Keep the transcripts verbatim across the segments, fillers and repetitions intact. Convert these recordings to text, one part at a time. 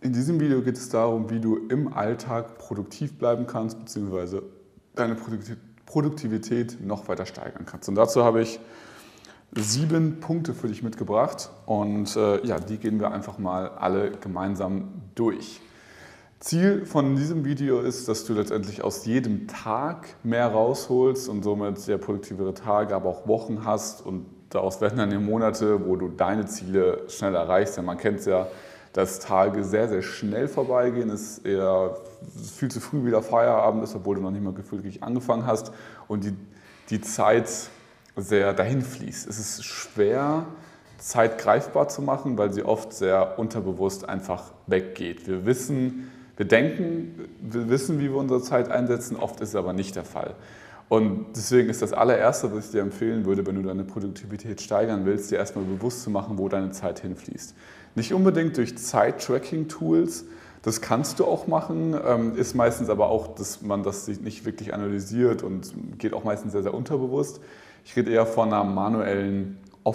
In diesem Video geht es darum, wie du im Alltag produktiv bleiben kannst, beziehungsweise deine Produktivität noch weiter steigern kannst. Und dazu habe ich sieben Punkte für dich mitgebracht und äh, ja, die gehen wir einfach mal alle gemeinsam durch. Ziel von diesem Video ist, dass du letztendlich aus jedem Tag mehr rausholst und somit sehr produktivere Tage, aber auch Wochen hast und daraus werden dann die Monate, wo du deine Ziele schnell erreichst. Denn man kennt es ja, dass Tage sehr, sehr schnell vorbeigehen, es eher viel zu früh wieder Feierabend ist, obwohl du noch nicht mal gefühlt richtig angefangen hast und die, die Zeit sehr dahin fließt. Es ist schwer, Zeit greifbar zu machen, weil sie oft sehr unterbewusst einfach weggeht. Wir wissen, wir denken, wir wissen, wie wir unsere Zeit einsetzen, oft ist es aber nicht der Fall. Und deswegen ist das allererste, was ich dir empfehlen würde, wenn du deine Produktivität steigern willst, dir erstmal bewusst zu machen, wo deine Zeit hinfließt. Nicht unbedingt durch Zeit-Tracking-Tools, das kannst du auch machen, ist meistens aber auch, dass man das nicht wirklich analysiert und geht auch meistens sehr, sehr unterbewusst. Ich rede eher von einer manuellen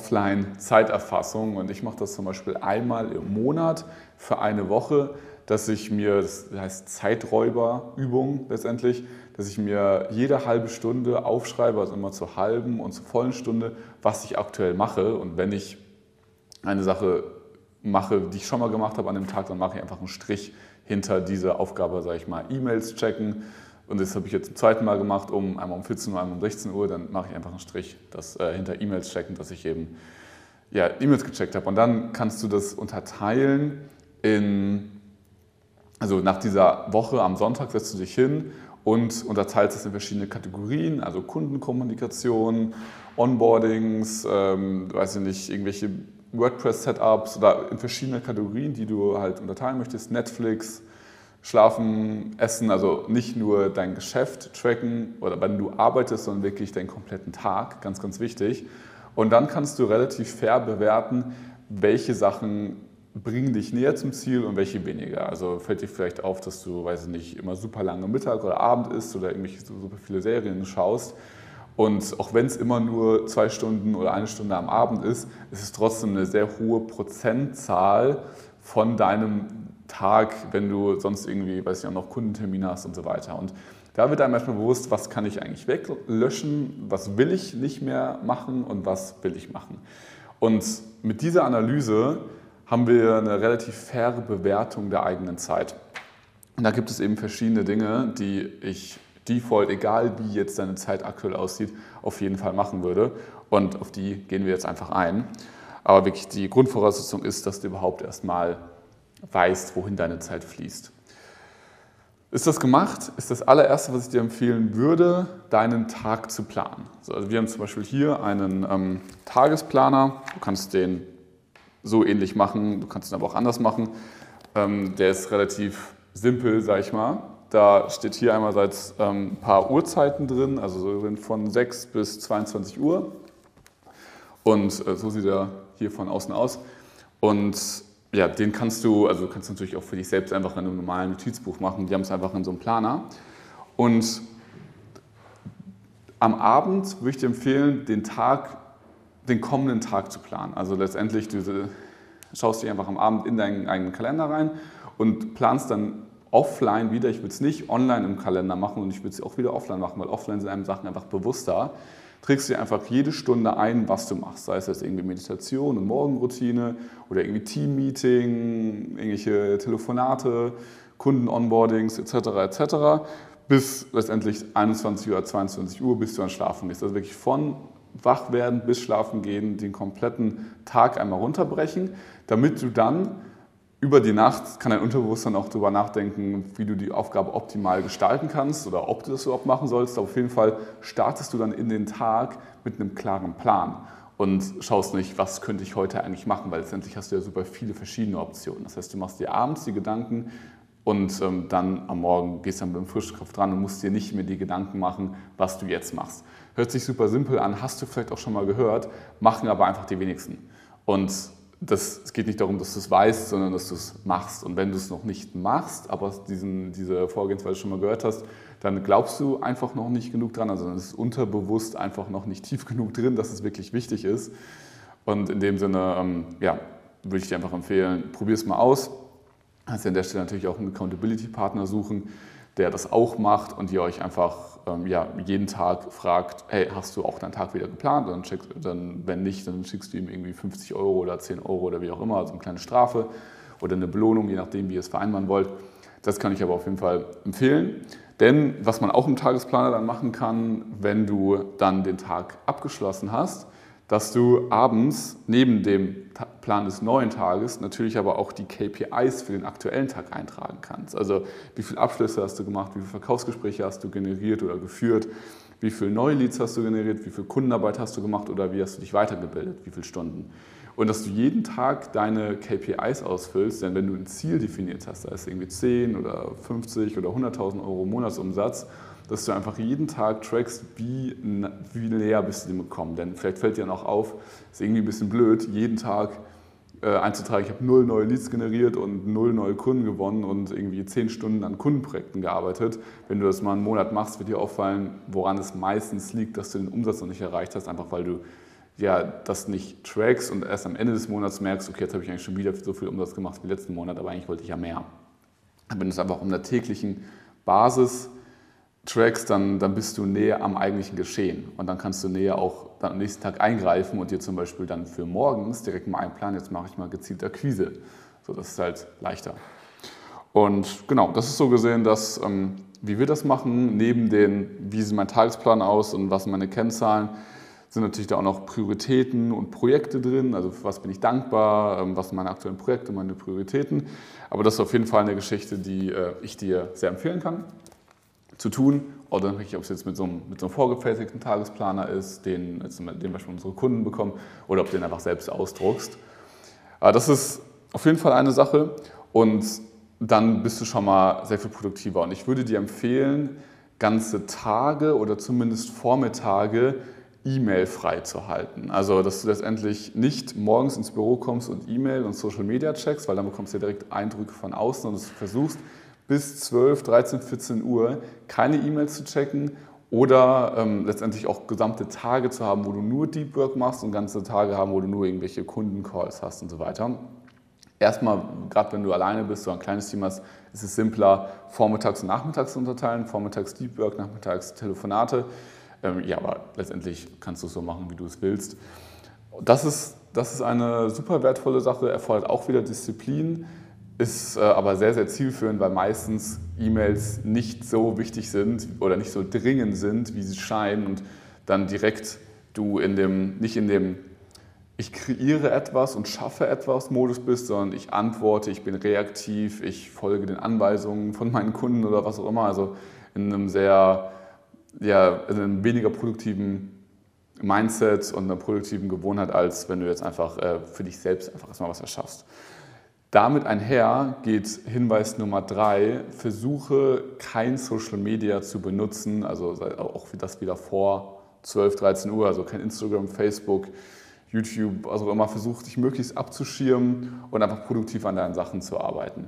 Offline-Zeiterfassung und ich mache das zum Beispiel einmal im Monat für eine Woche, dass ich mir, das heißt Zeiträuberübung letztendlich, dass ich mir jede halbe Stunde aufschreibe, also immer zur halben und zur vollen Stunde, was ich aktuell mache. Und wenn ich eine Sache mache, die ich schon mal gemacht habe an dem Tag, dann mache ich einfach einen Strich hinter diese Aufgabe, sage ich mal, E-Mails checken. Und das habe ich jetzt zum zweiten Mal gemacht, um einmal um vierzehn Uhr, einmal um sechzehn Uhr, dann mache ich einfach einen Strich das, äh, hinter E-Mails checken, dass ich eben ja, E-Mails gecheckt habe. Und dann kannst du das unterteilen in, also nach dieser Woche am Sonntag setzt du dich hin und unterteilst es in verschiedene Kategorien, also Kundenkommunikation, Onboardings, ähm, weiß ich nicht, irgendwelche WordPress-Setups oder in verschiedene Kategorien, die du halt unterteilen möchtest, Netflix, Schlafen, Essen, also nicht nur dein Geschäft tracken oder wenn du arbeitest, sondern wirklich deinen kompletten Tag, ganz, ganz wichtig. Und dann kannst du relativ fair bewerten, welche Sachen bringen dich näher zum Ziel und welche weniger. Also fällt dir vielleicht auf, dass du, weiß ich nicht, immer super lange Mittag oder Abend isst oder irgendwelche super viele Serien schaust. Und auch wenn es immer nur zwei Stunden oder eine Stunde am Abend ist, ist es trotzdem eine sehr hohe Prozentzahl von deinem Tag, wenn du sonst irgendwie, weiß ich auch noch, Kundentermine hast und so weiter. Und da wird einem erstmal bewusst, was kann ich eigentlich weglöschen, was will ich nicht mehr machen und was will ich machen. Und mit dieser Analyse haben wir eine relativ faire Bewertung der eigenen Zeit. Und da gibt es eben verschiedene Dinge, die ich default, egal wie jetzt deine Zeit aktuell aussieht, auf jeden Fall machen würde. Und auf die gehen wir jetzt einfach ein. Aber wirklich die Grundvoraussetzung ist, dass du überhaupt erstmal weißt, wohin deine Zeit fließt. Ist das gemacht, ist das allererste, was ich dir empfehlen würde, deinen Tag zu planen. Also wir haben zum Beispiel hier einen ähm, Tagesplaner. Du kannst den so ähnlich machen, du kannst ihn aber auch anders machen. Ähm, der ist relativ simpel, sag ich mal. Da steht hier einerseits ähm, ein paar Uhrzeiten drin, also so von sechs bis zweiundzwanzig Uhr. Und äh, so sieht er hier von außen aus. Und ja, den kannst du, also kannst du natürlich auch für dich selbst einfach in einem normalen Notizbuch machen. Die haben es einfach in so einem Planer. Und am Abend würde ich dir empfehlen, den Tag, den kommenden Tag zu planen. Also letztendlich, du schaust dich einfach am Abend in deinen eigenen Kalender rein und planst dann offline wieder. Ich würde es nicht online im Kalender machen und ich würde es auch wieder offline machen, weil offline sind einem Sachen einfach bewusster. Trägst dir einfach jede Stunde ein, was du machst. Sei es jetzt irgendwie Meditation und Morgenroutine oder irgendwie Teammeeting, irgendwelche Telefonate, Kunden-Onboardings et cetera et cetera bis letztendlich einundzwanzig Uhr, zweiundzwanzig Uhr, bis du dann schlafen gehst. Also wirklich von Wachwerden bis Schlafen gehen, den kompletten Tag einmal runterbrechen, damit du dann über die Nacht, kann dein Unterbewusstsein auch darüber nachdenken, wie du die Aufgabe optimal gestalten kannst oder ob du das überhaupt machen sollst. Aber auf jeden Fall startest du dann in den Tag mit einem klaren Plan und schaust nicht, was könnte ich heute eigentlich machen, weil letztendlich hast du ja super viele verschiedene Optionen. Das heißt, du machst dir abends die Gedanken und ähm, dann am Morgen gehst du dann mit dem frischen Kopf dran und musst dir nicht mehr die Gedanken machen, was du jetzt machst. Hört sich super simpel an, hast du vielleicht auch schon mal gehört, machen aber einfach die wenigsten. Und das, es geht nicht darum, dass du es weißt, sondern dass du es machst. Und wenn du es noch nicht machst, aber diesen, diese Vorgehensweise schon mal gehört hast, dann glaubst du einfach noch nicht genug dran. Also dann ist es unterbewusst einfach noch nicht tief genug drin, dass es wirklich wichtig ist. Und in dem Sinne, ähm, ja, würde ich dir einfach empfehlen, probier es mal aus. Kannst ihr an der Stelle natürlich auch einen Accountability-Partner suchen, der das auch macht und ihr euch einfach ähm, ja, jeden Tag fragt, hey, hast du auch deinen Tag wieder geplant? Und dann, checkst, dann, wenn nicht, dann schickst du ihm irgendwie fünfzig Euro oder zehn Euro oder wie auch immer, also eine kleine Strafe oder eine Belohnung, je nachdem, wie ihr es vereinbaren wollt. Das kann ich aber auf jeden Fall empfehlen. Denn was man auch im Tagesplaner dann machen kann, wenn du dann den Tag abgeschlossen hast, dass du abends neben dem Plan des neuen Tages natürlich aber auch die K P Is für den aktuellen Tag eintragen kannst. Also wie viele Abschlüsse hast du gemacht, wie viele Verkaufsgespräche hast du generiert oder geführt, wie viele neue Leads hast du generiert, wie viel Kundenarbeit hast du gemacht oder wie hast du dich weitergebildet, wie viele Stunden. Und dass du jeden Tag deine K P Is ausfüllst, denn wenn du ein Ziel definiert hast, da ist irgendwie zehn oder fünfzig oder hunderttausend Euro Monatsumsatz, dass du einfach jeden Tag trackst, wie, wie näher bist du dem gekommen. Denn vielleicht fällt dir noch auf, ist irgendwie ein bisschen blöd, jeden Tag äh, einzutragen, ich habe null neue Leads generiert und null neue Kunden gewonnen und irgendwie zehn Stunden an Kundenprojekten gearbeitet. Wenn du das mal einen Monat machst, wird dir auffallen, woran es meistens liegt, dass du den Umsatz noch nicht erreicht hast, einfach weil du ja, das nicht trackst und erst am Ende des Monats merkst, okay, jetzt habe ich eigentlich schon wieder so viel Umsatz gemacht wie letzten Monat, aber eigentlich wollte ich ja mehr. Wenn du es einfach um einer täglichen Basis trackst, dann, dann bist du näher am eigentlichen Geschehen und dann kannst du näher auch dann am nächsten Tag eingreifen und dir zum Beispiel dann für morgens direkt mal einplanen, jetzt mache ich mal gezielt Akquise. So, das ist halt leichter. Und genau, das ist so gesehen, dass, ähm, wie wir das machen, neben den, wie sieht mein Tagesplan aus und was sind meine Kennzahlen, sind natürlich da auch noch Prioritäten und Projekte drin, also für was bin ich dankbar, was sind meine aktuellen Projekte, meine Prioritäten. Aber das ist auf jeden Fall eine Geschichte, die ich dir sehr empfehlen kann zu tun. Oder ob es jetzt mit so einem, mit so einem vorgefertigten Tagesplaner ist, den, den Beispiel unsere Kunden bekommen, oder ob du den einfach selbst ausdruckst. Aber das ist auf jeden Fall eine Sache und dann bist du schon mal sehr viel produktiver. Und ich würde dir empfehlen, ganze Tage oder zumindest Vormittage E-Mail frei zu halten. Also, dass du letztendlich nicht morgens ins Büro kommst und E-Mail und Social Media checkst, weil dann bekommst du ja direkt Eindrücke von außen und dass du versuchst, bis zwölf, dreizehn, vierzehn Uhr keine E-Mails zu checken oder ähm, letztendlich auch gesamte Tage zu haben, wo du nur Deep Work machst und ganze Tage haben, wo du nur irgendwelche Kundencalls hast und so weiter. Erstmal, gerade wenn du alleine bist oder ein kleines Team hast, ist es simpler, vormittags und nachmittags zu unterteilen. Vormittags Deep Work, nachmittags Telefonate. Ja, aber letztendlich kannst du es so machen, wie du es willst. Das ist, das ist eine super wertvolle Sache, erfordert auch wieder Disziplin, ist aber sehr, sehr zielführend, weil meistens E-Mails nicht so wichtig sind oder nicht so dringend sind, wie sie scheinen und dann direkt du in dem, nicht in dem ich kreiere etwas und schaffe etwas Modus bist, sondern ich antworte, ich bin reaktiv, ich folge den Anweisungen von meinen Kunden oder was auch immer, also in einem sehr ja, in einem weniger produktiven Mindset und einer produktiven Gewohnheit, als wenn du jetzt einfach äh, für dich selbst einfach erstmal was erschaffst. Damit einher geht Hinweis Nummer drei, versuche kein Social Media zu benutzen, also auch das wieder vor zwölf, dreizehn Uhr, also kein Instagram, Facebook, YouTube, also immer versuch dich möglichst abzuschirmen und einfach produktiv an deinen Sachen zu arbeiten.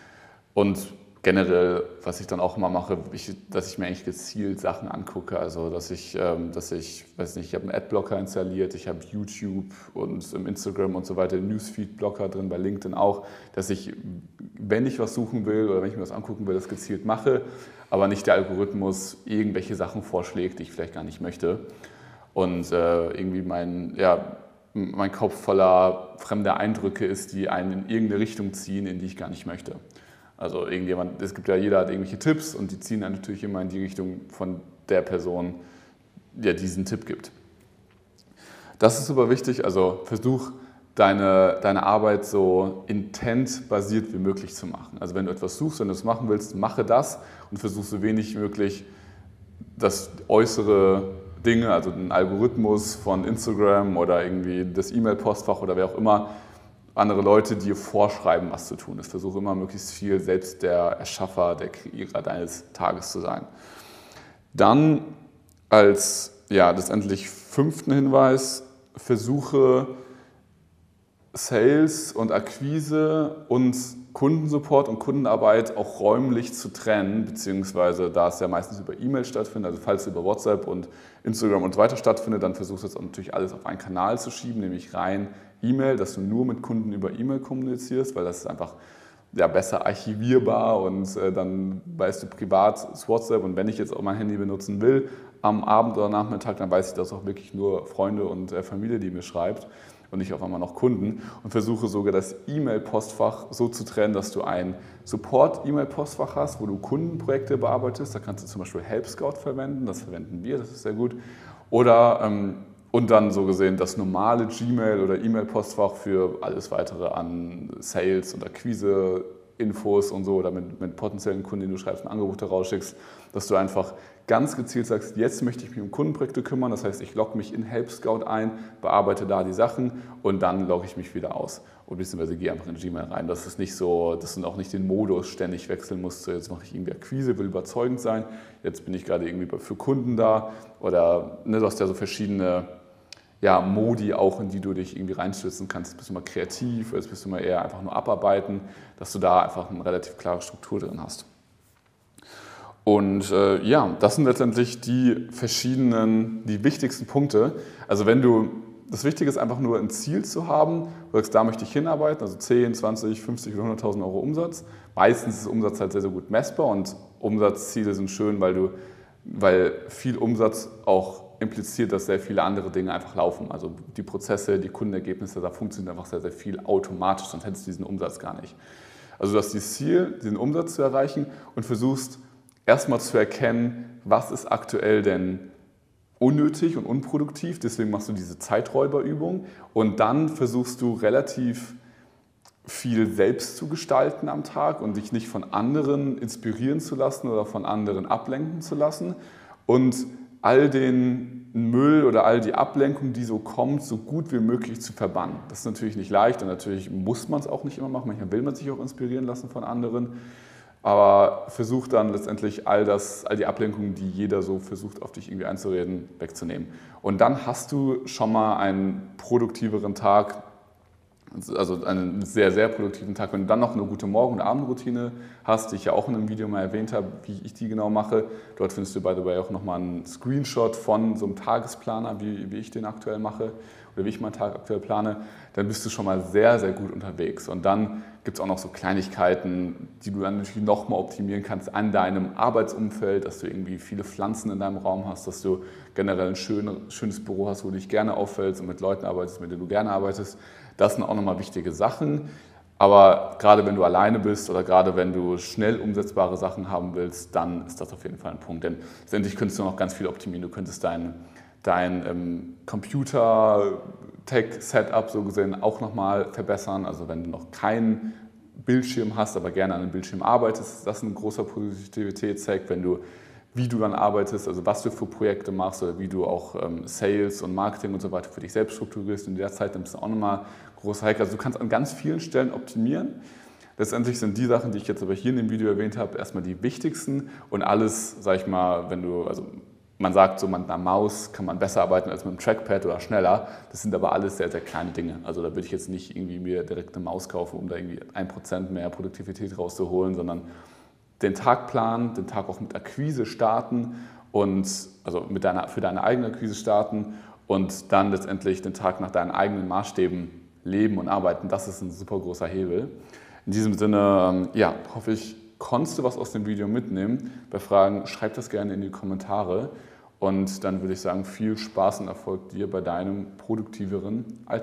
Und generell, was ich dann auch immer mache, ich, dass ich mir eigentlich gezielt Sachen angucke, also dass ich, ähm, dass ich, weiß nicht, ich habe einen Adblocker installiert, ich habe YouTube und Instagram und so weiter, Newsfeed-Blocker drin, bei LinkedIn auch, dass ich, wenn ich was suchen will oder wenn ich mir was angucken will, das gezielt mache, aber nicht der Algorithmus irgendwelche Sachen vorschlägt, die ich vielleicht gar nicht möchte und äh, irgendwie mein, ja, mein Kopf voller fremder Eindrücke ist, die einen in irgendeine Richtung ziehen, in die ich gar nicht möchte. Also irgendjemand, es gibt ja, jeder hat irgendwelche Tipps und die ziehen dann natürlich immer in die Richtung von der Person, der diesen Tipp gibt. Das ist super wichtig, also versuch deine, deine Arbeit so intent-basiert wie möglich zu machen. Also wenn du etwas suchst, wenn du es machen willst, mache das und versuch so wenig wie möglich das äußere Dinge, also den Algorithmus von Instagram oder irgendwie das E-Mail-Postfach oder wer auch immer, andere Leute dir vorschreiben, was zu tun ist. Versuche immer möglichst viel selbst der Erschaffer, der Kreierer deines Tages zu sein. Dann als ja, letztendlich fünften Hinweis, versuche Sales und Akquise und Kundensupport und Kundenarbeit auch räumlich zu trennen, beziehungsweise da es ja meistens über E-Mail stattfindet, also falls es über WhatsApp und Instagram und so weiter stattfindet, dann versuchst du jetzt auch natürlich alles auf einen Kanal zu schieben, nämlich rein E-Mail, dass du nur mit Kunden über E-Mail kommunizierst, weil das ist einfach ja, besser archivierbar und äh, dann weißt du privat das WhatsApp und wenn ich jetzt auch mein Handy benutzen will am Abend oder Nachmittag, dann weiß ich, dass auch wirklich nur Freunde und äh, Familie, die mir schreibt und nicht auf einmal noch Kunden und versuche sogar das E-Mail-Postfach so zu trennen, dass du ein Support-E-Mail-Postfach hast, wo du Kundenprojekte bearbeitest. Da kannst du zum Beispiel Help Scout verwenden, das verwenden wir, das ist sehr gut. Oder ähm, und dann so gesehen das normale Gmail- oder E-Mail-Postfach für alles weitere an Sales und Akquise, Infos und so oder mit, mit potenziellen Kunden, denen du schreibst, ein Angebot rausschickst, dass du einfach ganz gezielt sagst, jetzt möchte ich mich um Kundenprojekte kümmern, das heißt, ich logge mich in Help Scout ein, bearbeite da die Sachen und dann logge ich mich wieder aus und beziehungsweise gehe einfach in Gmail rein. Das ist nicht so, dass du auch nicht den Modus ständig wechseln musst, so jetzt mache ich irgendwie Akquise, will überzeugend sein, jetzt bin ich gerade irgendwie für Kunden da oder ne, du hast ja so verschiedene ja, Modi auch, in die du dich irgendwie reinstürzen kannst. Jetzt bist du mal kreativ, jetzt bist du mal eher einfach nur abarbeiten, dass du da einfach eine relativ klare Struktur drin hast. Und äh, ja, das sind letztendlich die verschiedenen, die wichtigsten Punkte. Also wenn du, das Wichtige ist einfach nur ein Ziel zu haben, du sagst, da möchte ich hinarbeiten, also zehn, zwanzig, fünfzig oder hunderttausend Euro Umsatz. Meistens ist Umsatz halt sehr, sehr gut messbar und Umsatzziele sind schön, weil du, weil viel Umsatz auch impliziert, dass sehr viele andere Dinge einfach laufen. Also die Prozesse, die Kundenergebnisse, da funktioniert einfach sehr, sehr viel automatisch, sonst hättest du diesen Umsatz gar nicht. Also du hast das Ziel, diesen Umsatz zu erreichen und versuchst erstmal zu erkennen, was ist aktuell denn unnötig und unproduktiv, deswegen machst du diese Zeiträuberübung und dann versuchst du relativ viel selbst zu gestalten am Tag und dich nicht von anderen inspirieren zu lassen oder von anderen ablenken zu lassen und all den Müll oder all die Ablenkung, die so kommt, so gut wie möglich zu verbannen. Das ist natürlich nicht leicht und natürlich muss man es auch nicht immer machen. Manchmal will man sich auch inspirieren lassen von anderen. Aber versuch dann letztendlich all das, all die Ablenkungen, die jeder so versucht, auf dich irgendwie einzureden, wegzunehmen. Und dann hast du schon mal einen produktiveren Tag, also einen sehr, sehr produktiven Tag. Wenn du dann noch eine gute Morgen- und Abendroutine hast, die ich ja auch in einem Video mal erwähnt habe, wie ich die genau mache, dort findest du, by the way, auch nochmal einen Screenshot von so einem Tagesplaner, wie, wie ich den aktuell mache oder wie ich meinen Tag aktuell plane, dann bist du schon mal sehr, sehr gut unterwegs. Und dann gibt es auch noch so Kleinigkeiten, die du dann natürlich nochmal optimieren kannst an deinem Arbeitsumfeld, dass du irgendwie viele Pflanzen in deinem Raum hast, dass du generell ein schöne, schönes Büro hast, wo du dich gerne auffällst und mit Leuten arbeitest, mit denen du gerne arbeitest. Das sind auch nochmal wichtige Sachen. Aber gerade wenn du alleine bist oder gerade wenn du schnell umsetzbare Sachen haben willst, dann ist das auf jeden Fall ein Punkt. Denn letztendlich könntest du noch ganz viel optimieren. Du könntest dein, dein ähm, Computer-Tech-Setup so gesehen auch nochmal verbessern. Also wenn du noch keinen Bildschirm hast, aber gerne an einem Bildschirm arbeitest, ist das ein großer Produktivitätshack. Wenn du wie du dann arbeitest, also was du für Projekte machst oder wie du auch ähm, Sales und Marketing und so weiter für dich selbst strukturierst. In der Zeit nimmst du auch nochmal großer Hack. Also du kannst an ganz vielen Stellen optimieren. Letztendlich sind die Sachen, die ich jetzt aber hier in dem Video erwähnt habe, erstmal die wichtigsten und alles, sag ich mal, wenn du, also man sagt so, mit einer Maus kann man besser arbeiten als mit einem Trackpad oder schneller. Das sind aber alles sehr, sehr kleine Dinge. Also da würde ich jetzt nicht irgendwie mir direkt eine Maus kaufen, um da irgendwie ein Prozent mehr Produktivität rauszuholen, sondern den Tag planen, den Tag auch mit Akquise starten und also mit deiner, für deine eigene Akquise starten und dann letztendlich den Tag nach deinen eigenen Maßstäben leben und arbeiten. Das ist ein super großer Hebel. In diesem Sinne, ja, hoffe ich, konntest du was aus dem Video mitnehmen. Bei Fragen schreib das gerne in die Kommentare und dann würde ich sagen, viel Spaß und Erfolg dir bei deinem produktiveren Alltag.